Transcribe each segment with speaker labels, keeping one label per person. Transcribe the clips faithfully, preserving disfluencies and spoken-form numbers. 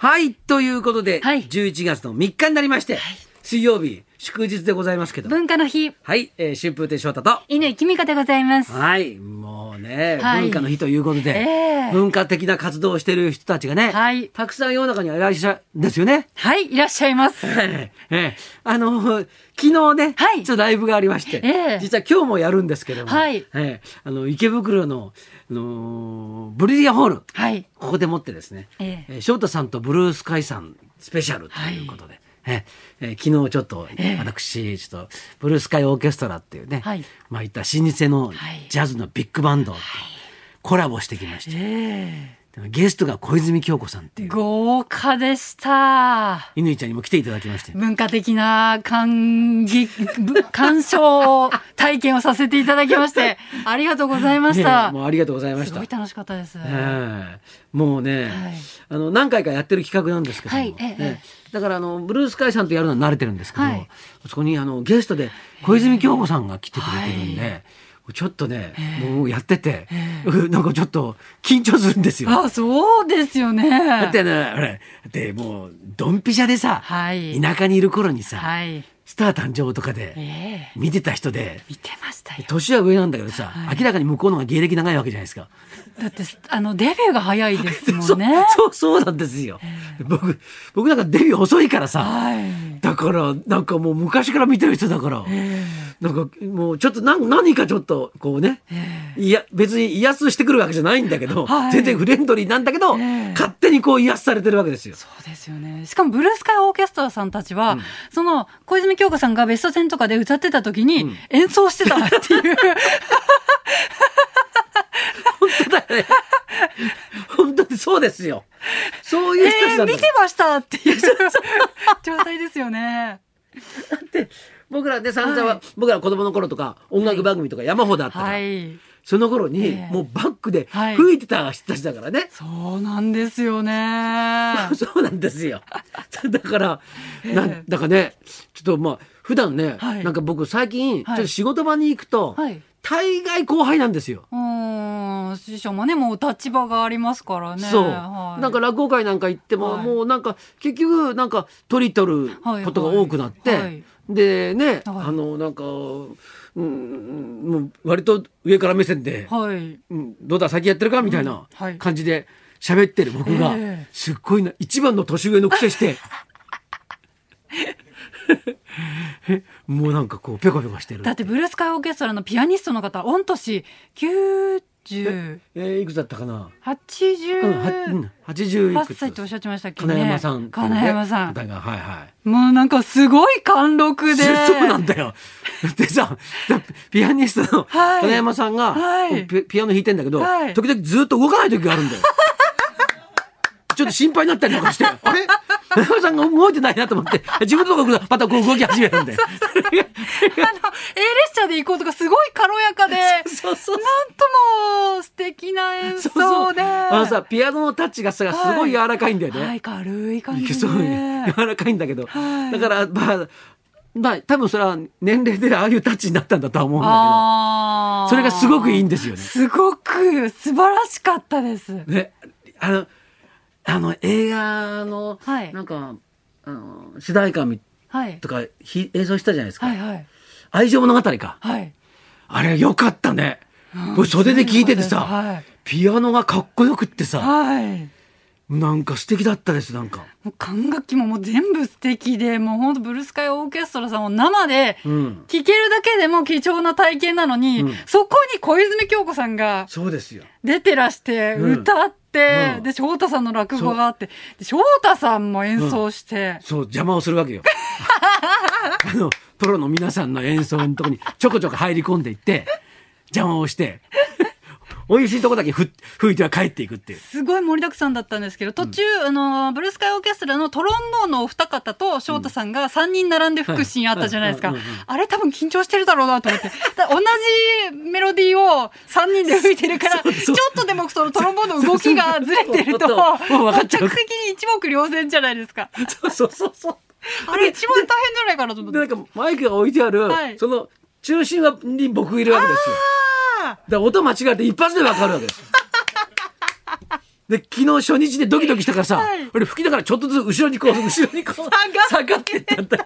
Speaker 1: はい、ということで、
Speaker 2: はい、
Speaker 1: じゅういちがつのみっかになりまして、はい、水曜日祝日でございますけど、
Speaker 2: 文化の日。
Speaker 1: はい、えー、春風亭昇太と
Speaker 2: 乾きみかでございます。
Speaker 1: はい、もうね、
Speaker 2: はい、
Speaker 1: 文化の日ということで、
Speaker 2: えー、
Speaker 1: 文化的な活動をしている人たちがね、はい、たくさん世の中にはいらっしゃるんですよね。
Speaker 2: はい、いらっしゃいます。
Speaker 1: えーえー、あの昨日ね、はい、ちょっとライブがありまして、えー、実は今日もやるんですけども、はい、えー、あの池袋の、あのー、ブリリアホール、はい、ここでもってですね、えー、翔太さんとブルースカイさんスペシャルということで、はい、ええー、昨日ちょっと、えー、私ちょっとブルースカイオーケストラっていうね、はい、まあいった老舗のジャズのビッグバンド、はい、コラボしてきまして、えー、ゲストが小泉京子さんっていう
Speaker 2: 豪華でした。
Speaker 1: 乾ちゃんにも来ていただきまして、
Speaker 2: 文化的な感激鑑賞体験をさせていただきましてありがとうございました、
Speaker 1: ね、もうありがとうございました。
Speaker 2: すごい楽しかったです、
Speaker 1: えー、もうね、はい、あの何回かやってる企画なんですけども、はい、ええー、だからあのブルースカイさんとやるのは慣れてるんですけど、はい、そこにあのゲストで小泉京子さんが来てくれてるんで、はい、ちょっとね、もうやってて、なんかちょっと緊張するんですよ。
Speaker 2: あ、そうですよね。
Speaker 1: だってね、あれ、でもうドンピシャでさ、はい、田舎にいる頃にさ、はい、スター誕生とかで見てた人で、
Speaker 2: 見てましたよ。
Speaker 1: 年は上なんだけどさ、はい、明らかに向こうの方が芸歴長いわけじゃないですか。
Speaker 2: だってあのデビューが早いですもんね。
Speaker 1: そ, そうそうなんですよ。僕僕なんかデビュー遅いからさ、はい、だからなんかもう昔から見てる人だから、なんかもうちょっと何何かちょっとこうね、いや別に癒すしてくるわけじゃないんだけど、はい、全然フレンドリーなんだけど、勝手にこう癒されてるわけですよ。
Speaker 2: そうですよね。しかもブルースカイオーケストラさんたちは、うん、その小泉京子さんがベストテンとかで歌ってた時に演奏してたっていう、うん
Speaker 1: 本当だよね。本当にそうですよ。そういう人たちなんだ、
Speaker 2: えー、見てましたっていう状態ですよね。
Speaker 1: だって僕らね、散々は、はい、僕ら子供の頃とか音楽番組とか山ほどあったから、はい、その頃に、えー、もうバックで吹いてた人たちだからね、はい、
Speaker 2: そうなんですよね。
Speaker 1: そうなんですよ。だから、えー、なだからね、ちょっとまあ普段ね、はい、なんか僕最近、はい、ちょっと仕事場に行くと、はい、大概後輩なんですよ。
Speaker 2: うん、師匠もね、もう立場がありますからね。
Speaker 1: そう、はい、なんか落語会なんか行っても、はい、もうなんか結局なんか取り取ることが多くなって、はいはい、でね、はい、あのなんか、うん、もう割と上から目線で、はい、うん、どうだ先やってるかみたいな感じで喋ってる僕が、えー、すっごいな一番の年上のくせしてもうなんかこうペコペコしてる。
Speaker 2: だってブルースカイオーケストラのピアニストの方、御年きゅうじゅう、
Speaker 1: ええー、いくつだったかな。
Speaker 2: はちじゅう、
Speaker 1: うん、はちじゅういくつ。
Speaker 2: はっさいっておっしゃってましたっけね。
Speaker 1: 金山さん、ね、
Speaker 2: 金山さん
Speaker 1: 方が、はいはい、
Speaker 2: もうなんかすごい貫禄で。
Speaker 1: そうなんだよ。でさ、ピアニストの金山さんが、はい、ピ, ピアノ弾いてんだけど、はい、時々ずっと動かない時があるんだよ。ちょっと心配になったりとかして、あれ金山さんが動いてないなと思って、自分のところがまたこう動き始めるんで。あの、
Speaker 2: A 列車で行こうとかすごい軽やかで、
Speaker 1: そうそうそう、
Speaker 2: なんとも素敵な演奏で。そうそう、
Speaker 1: あのさ、ピアノのタッチがさ、すごい柔らかいんだよね。
Speaker 2: はい、はい、軽い感じで。
Speaker 1: そう、柔らかいんだけど、はい、だからまあ、まあ、多分それは年齢でああいうタッチになったんだとは思うんだけど、あ、それがすごくいいんですよね。す
Speaker 2: ごく素晴らしかったです。
Speaker 1: ね、あの、あの映画の、はい、なんかあの主題歌とか、はい、演奏したじゃないですか、はいはい、愛情物語か、はい、あれよかったね。僕袖で聴いててさ、はい、ピアノがかっこよくってさ、はい、なんか素敵だったです。なんか
Speaker 2: もう管楽器ももう全部素敵で、もう本当ブルースカイオーケストラさんを生で聴けるだけでも貴重な体験なのに、うん、そこに小泉京子さんが出てらして歌って、うん、で翔太さんの落語があって、で翔太さんも演奏して、
Speaker 1: うん、そう邪魔をするわけよ。あのプロの皆さんの演奏のところにちょこちょこ入り込んでいって邪魔をして美味しいとこだけふ吹いては帰っていくっていう、
Speaker 2: すごい盛りだくさんだったんですけど、途中、うん、あのブルースカイオーケストラのトロンボーンのお二方と翔太さんがさんにん並んで吹くシーンあったじゃないですか。あれ多分緊張してるだろうなと思って、同じメロディーをさんにんで吹いてるからそうそう、ちょっとでもそのトロンボーンの動きがずれてると着席に一目瞭然じゃないですか。
Speaker 1: そうそうそうそう、
Speaker 2: あれ一番大変じゃないかなと思って。
Speaker 1: でなんかマイクが置いてある、はい、その中心に僕いるわけですよ。だから音間違えて一発で分かるわけですよ。 で昨日初日でドキドキしたからさ、はい、俺吹きながらちょっとずつ後ろにこう後ろにこう下がってったんだ。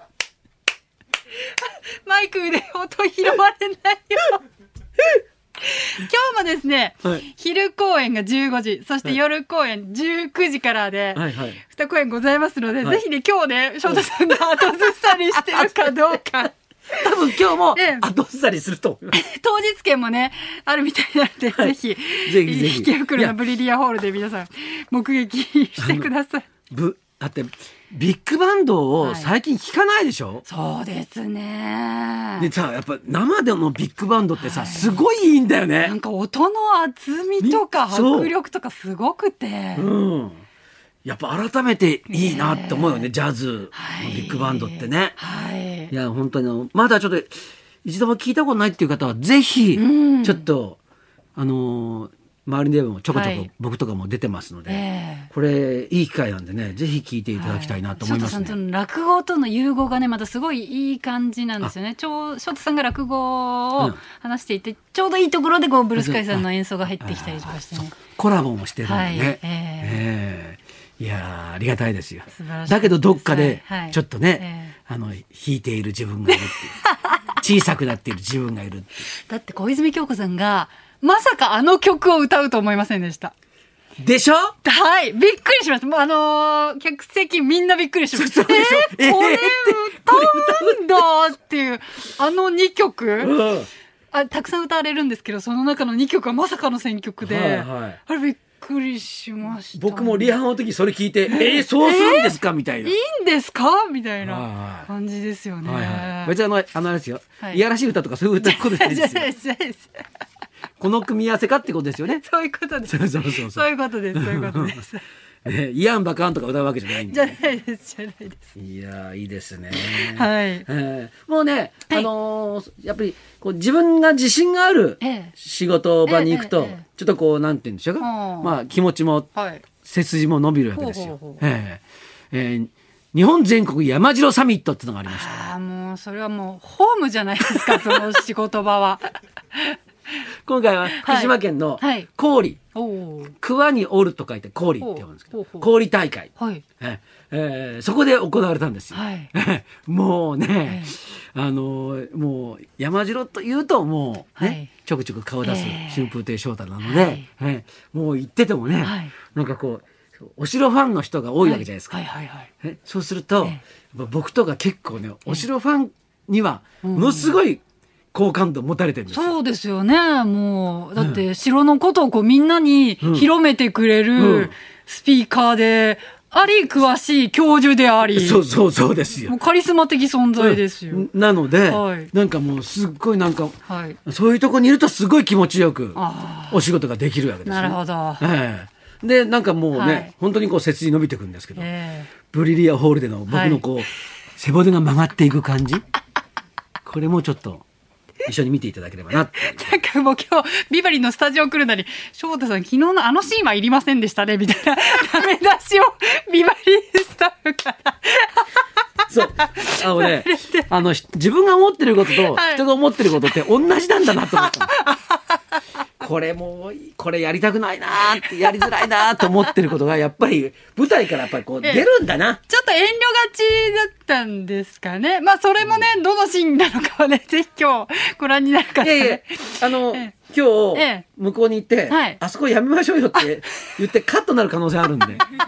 Speaker 2: マイクで音拾われないよ。今日もですね、はい、昼公演がじゅうごじ、そして夜公演じゅうくじからで、はいはい、に公演ございますので、はい、ぜひね今日ね翔太さんが後ずさりしてるかどうか。
Speaker 1: 多分今日も後ずさりすると思います。
Speaker 2: 当日券もねあるみたいなので、はい、ぜひぜひぜひ池袋のブリリアホールで皆さん目撃してください。
Speaker 1: ぶだってビッグバンドを最近聞かないでしょ、はい、
Speaker 2: そうですね。
Speaker 1: でさやっぱ生でのビッグバンドってさ、はい、すごいいいんだよね。
Speaker 2: なんか音の厚みとか迫力とかすごくて、うん、
Speaker 1: やっぱ改めていいなって思うよね、えー、ジャズのビッグバンドってね、はい、いや本当にまだちょっと一度も聞いたことないっていう方はぜひちょっと、うん、あのー周りでもちょこちょこ僕とかも出てますので、はいえー、これいい機会なんでねぜひ聞いていただきたいなと思いますね。
Speaker 2: はい、翔太さんとの落語との融合がねまたすごいいい感じなんですよね。ちょう翔太さんが落語を話していて、うん、ちょうどいいところでこうブルースカイさんの演奏が入ってきたりとかしてね
Speaker 1: コラボもしてるんでね、はいえーえー、いやありがたいですよ。だけどどっかでちょっとね、はいえー、あの弾いている自分がいるっていう小さくなっている自分がいるって
Speaker 2: だって小泉京子さんがまさかあの曲を歌うと思いませんでした。
Speaker 1: でしょ？
Speaker 2: はい。びっくりしました。もうあのー、客席みんなびっくりしました。えー、えー、これ歌うんだっていう、あのにきょく、うん、あたくさん歌われるんですけど、その中のにきょくはまさかの選曲で、はいはい、あれびっくりしました。
Speaker 1: 僕もリハの時それ聞いて、えー、そうするんですか、えー、みたいな。
Speaker 2: いいんですかみたいな感じですよね。はいはい、
Speaker 1: 別にあの、あのあれですよ、はい。いやらしい歌とかそういう歌ことじゃないですよ。この組み合わせかってことですよね。
Speaker 2: そういうことです。そうそうそうそう。そういうことです。そういうことです。
Speaker 1: ね、イアンバカーンとか歌うわけじゃないんで、
Speaker 2: ね、じゃないですじゃないです。
Speaker 1: いやいいですね。
Speaker 2: はい。
Speaker 1: えー、もうね、はい、あのー、やっぱりこう自分が自信がある仕事場に行くと、えーえーえー、ちょっとこうなんて言うんでしょうか、まあ気持ちも、はい、背筋も伸びるわけですよ。ほうほうほうえーえー日本全国山城サミットっていうのがありました。
Speaker 2: あもうそれはもうホームじゃないですかその仕事場は。
Speaker 1: 今回は福島県の氷、はい、桑に折ると書いて氷って呼ぶんですけど、氷大会、はいええー、そこで行われたんですよ。はい、もうね、はい、あのもう山城というともうね、はい、ちょくちょく顔出す春風亭昇太なので、はいえー、もう行っててもね、はい、なんかこうお城ファンの人が多いわけじゃないですか。はいはいはいはい、そうすると、ええ、僕とか結構ねお城ファンにはものすごい好感度持たれてるんですよ。
Speaker 2: そうですよね。もうだって城のことをこうみんなに広めてくれるスピーカーであり詳しい教授であり、
Speaker 1: そうそうそうですよ。
Speaker 2: もうカリスマ的存在ですよ。
Speaker 1: なので、はい、なんかもうすっごいなんか、はい、そういうとこにいるとすごい気持ちよくお仕事ができるわけですね。
Speaker 2: なるほど。
Speaker 1: ええでなんかもうね、はい、本当にこう背筋伸びてくんですけど、えー、ブリリアホールでの僕のこう、はい、背骨が曲がっていく感じこれもちょっと一緒に見ていただければなって
Speaker 2: なんかもう今日ビバリーのスタジオ来るなり翔太さん昨日のあのシーンはいりませんでしたねみたいなダメ出しをビバリースタッフから
Speaker 1: そうあのねあの自分が思ってることと人が思ってることって同じなんだなと思ったの、はいこれもうこれやりたくないなってやりづらいなと思ってることがやっぱり舞台からやっぱりこう出るんだな。
Speaker 2: ちょっと遠慮がちだったんですかね。まあそれもね、うん、どのシーンなのかはねぜひ今日ご覧になる方、ね、いやいや
Speaker 1: あの、ええ、今日向こうに行って、はい、あそこやめましょうよって言ってカットになる可能性あるんで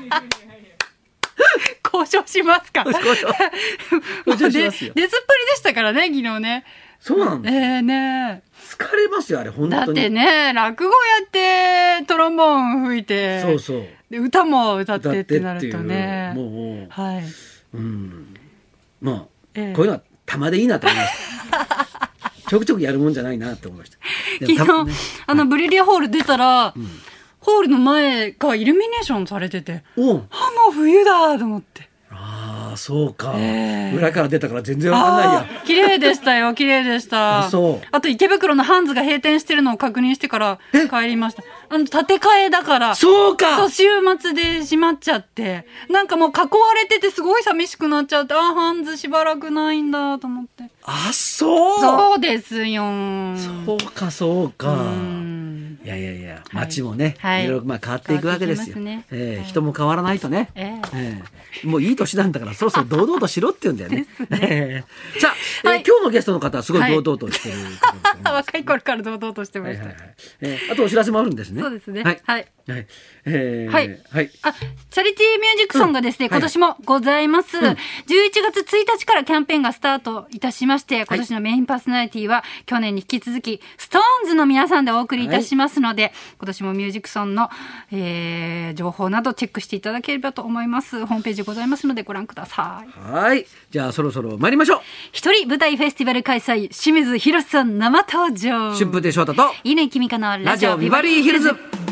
Speaker 2: 交渉しますか。
Speaker 1: 交渉交渉しますよ。
Speaker 2: 出ずっぱりでしたからね昨日ね。
Speaker 1: そうなんです。
Speaker 2: えー、ね
Speaker 1: 疲れますよあれ本当に。
Speaker 2: だってね落語やってトロンボーン吹いて
Speaker 1: そうそう
Speaker 2: で歌も歌ってってなるとね
Speaker 1: もう、
Speaker 2: はい
Speaker 1: うん、まあ、えー、こういうのはたまでいいなと思いましたちょくちょくやるもんじゃないなと思いました。
Speaker 2: 昨日、ね、あのブリリアホール出たら、うん、ホールの前がイルミネーションされてておあもう冬だと思って
Speaker 1: ああそうか、えー、裏から出たから全然わかんないや。
Speaker 2: 綺麗でしたよ綺麗でした。 あ, そうあと池袋のハンズが閉店してるのを確認してから帰りました。あの建て替えだから
Speaker 1: そうか
Speaker 2: そう週末で閉まっちゃってなんかもう囲われててすごい寂しくなっちゃってあハンズしばらくないんだと思って。
Speaker 1: あそう
Speaker 2: そうですよ。
Speaker 1: そうかそうかうんいやいやいや、街もね、はい、いろいろまあ変わっていくわけですよ。ねえーはい、人も変わらないとね、えーえー、もういい年なんだからそろそろ堂々としろって言うんだよね。ねさあ、はい、えー、今日のゲストの方はすごい堂々としてる、
Speaker 2: はい、若い頃から堂々としてました。はいはいはい、
Speaker 1: えー、あとお知らせもあるんですね。
Speaker 2: そうですね。はい。はい
Speaker 1: はいえー
Speaker 2: はいはい、あチャリティーミュージックソンがですね、うん、今年もございます、うん、じゅういちがつついたちからキャンペーンがスタートいたしまして、今年のメインパーソナリティは去年に引き続きストーンズの皆さんでお送りいたしますので、はい、今年もミュージックソンの、えー、情報などチェックしていただければと思います。ホームページございますのでご覧ください。
Speaker 1: はいじゃあそろそろ参りましょう。
Speaker 2: 一人舞台フェスティバル開催、清水宏さん生登場。
Speaker 1: 春風亭昇太と
Speaker 2: 乾きみかの
Speaker 1: ラジオビバリーヒルズ。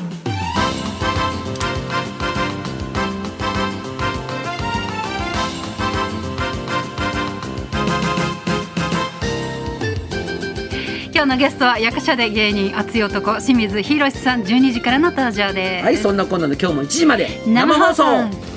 Speaker 2: 今日のゲストは役者で芸人熱い男清水宏さん、じゅうにじからの登場です。
Speaker 1: はい、そんなこんなで今日もいちじまで生放送。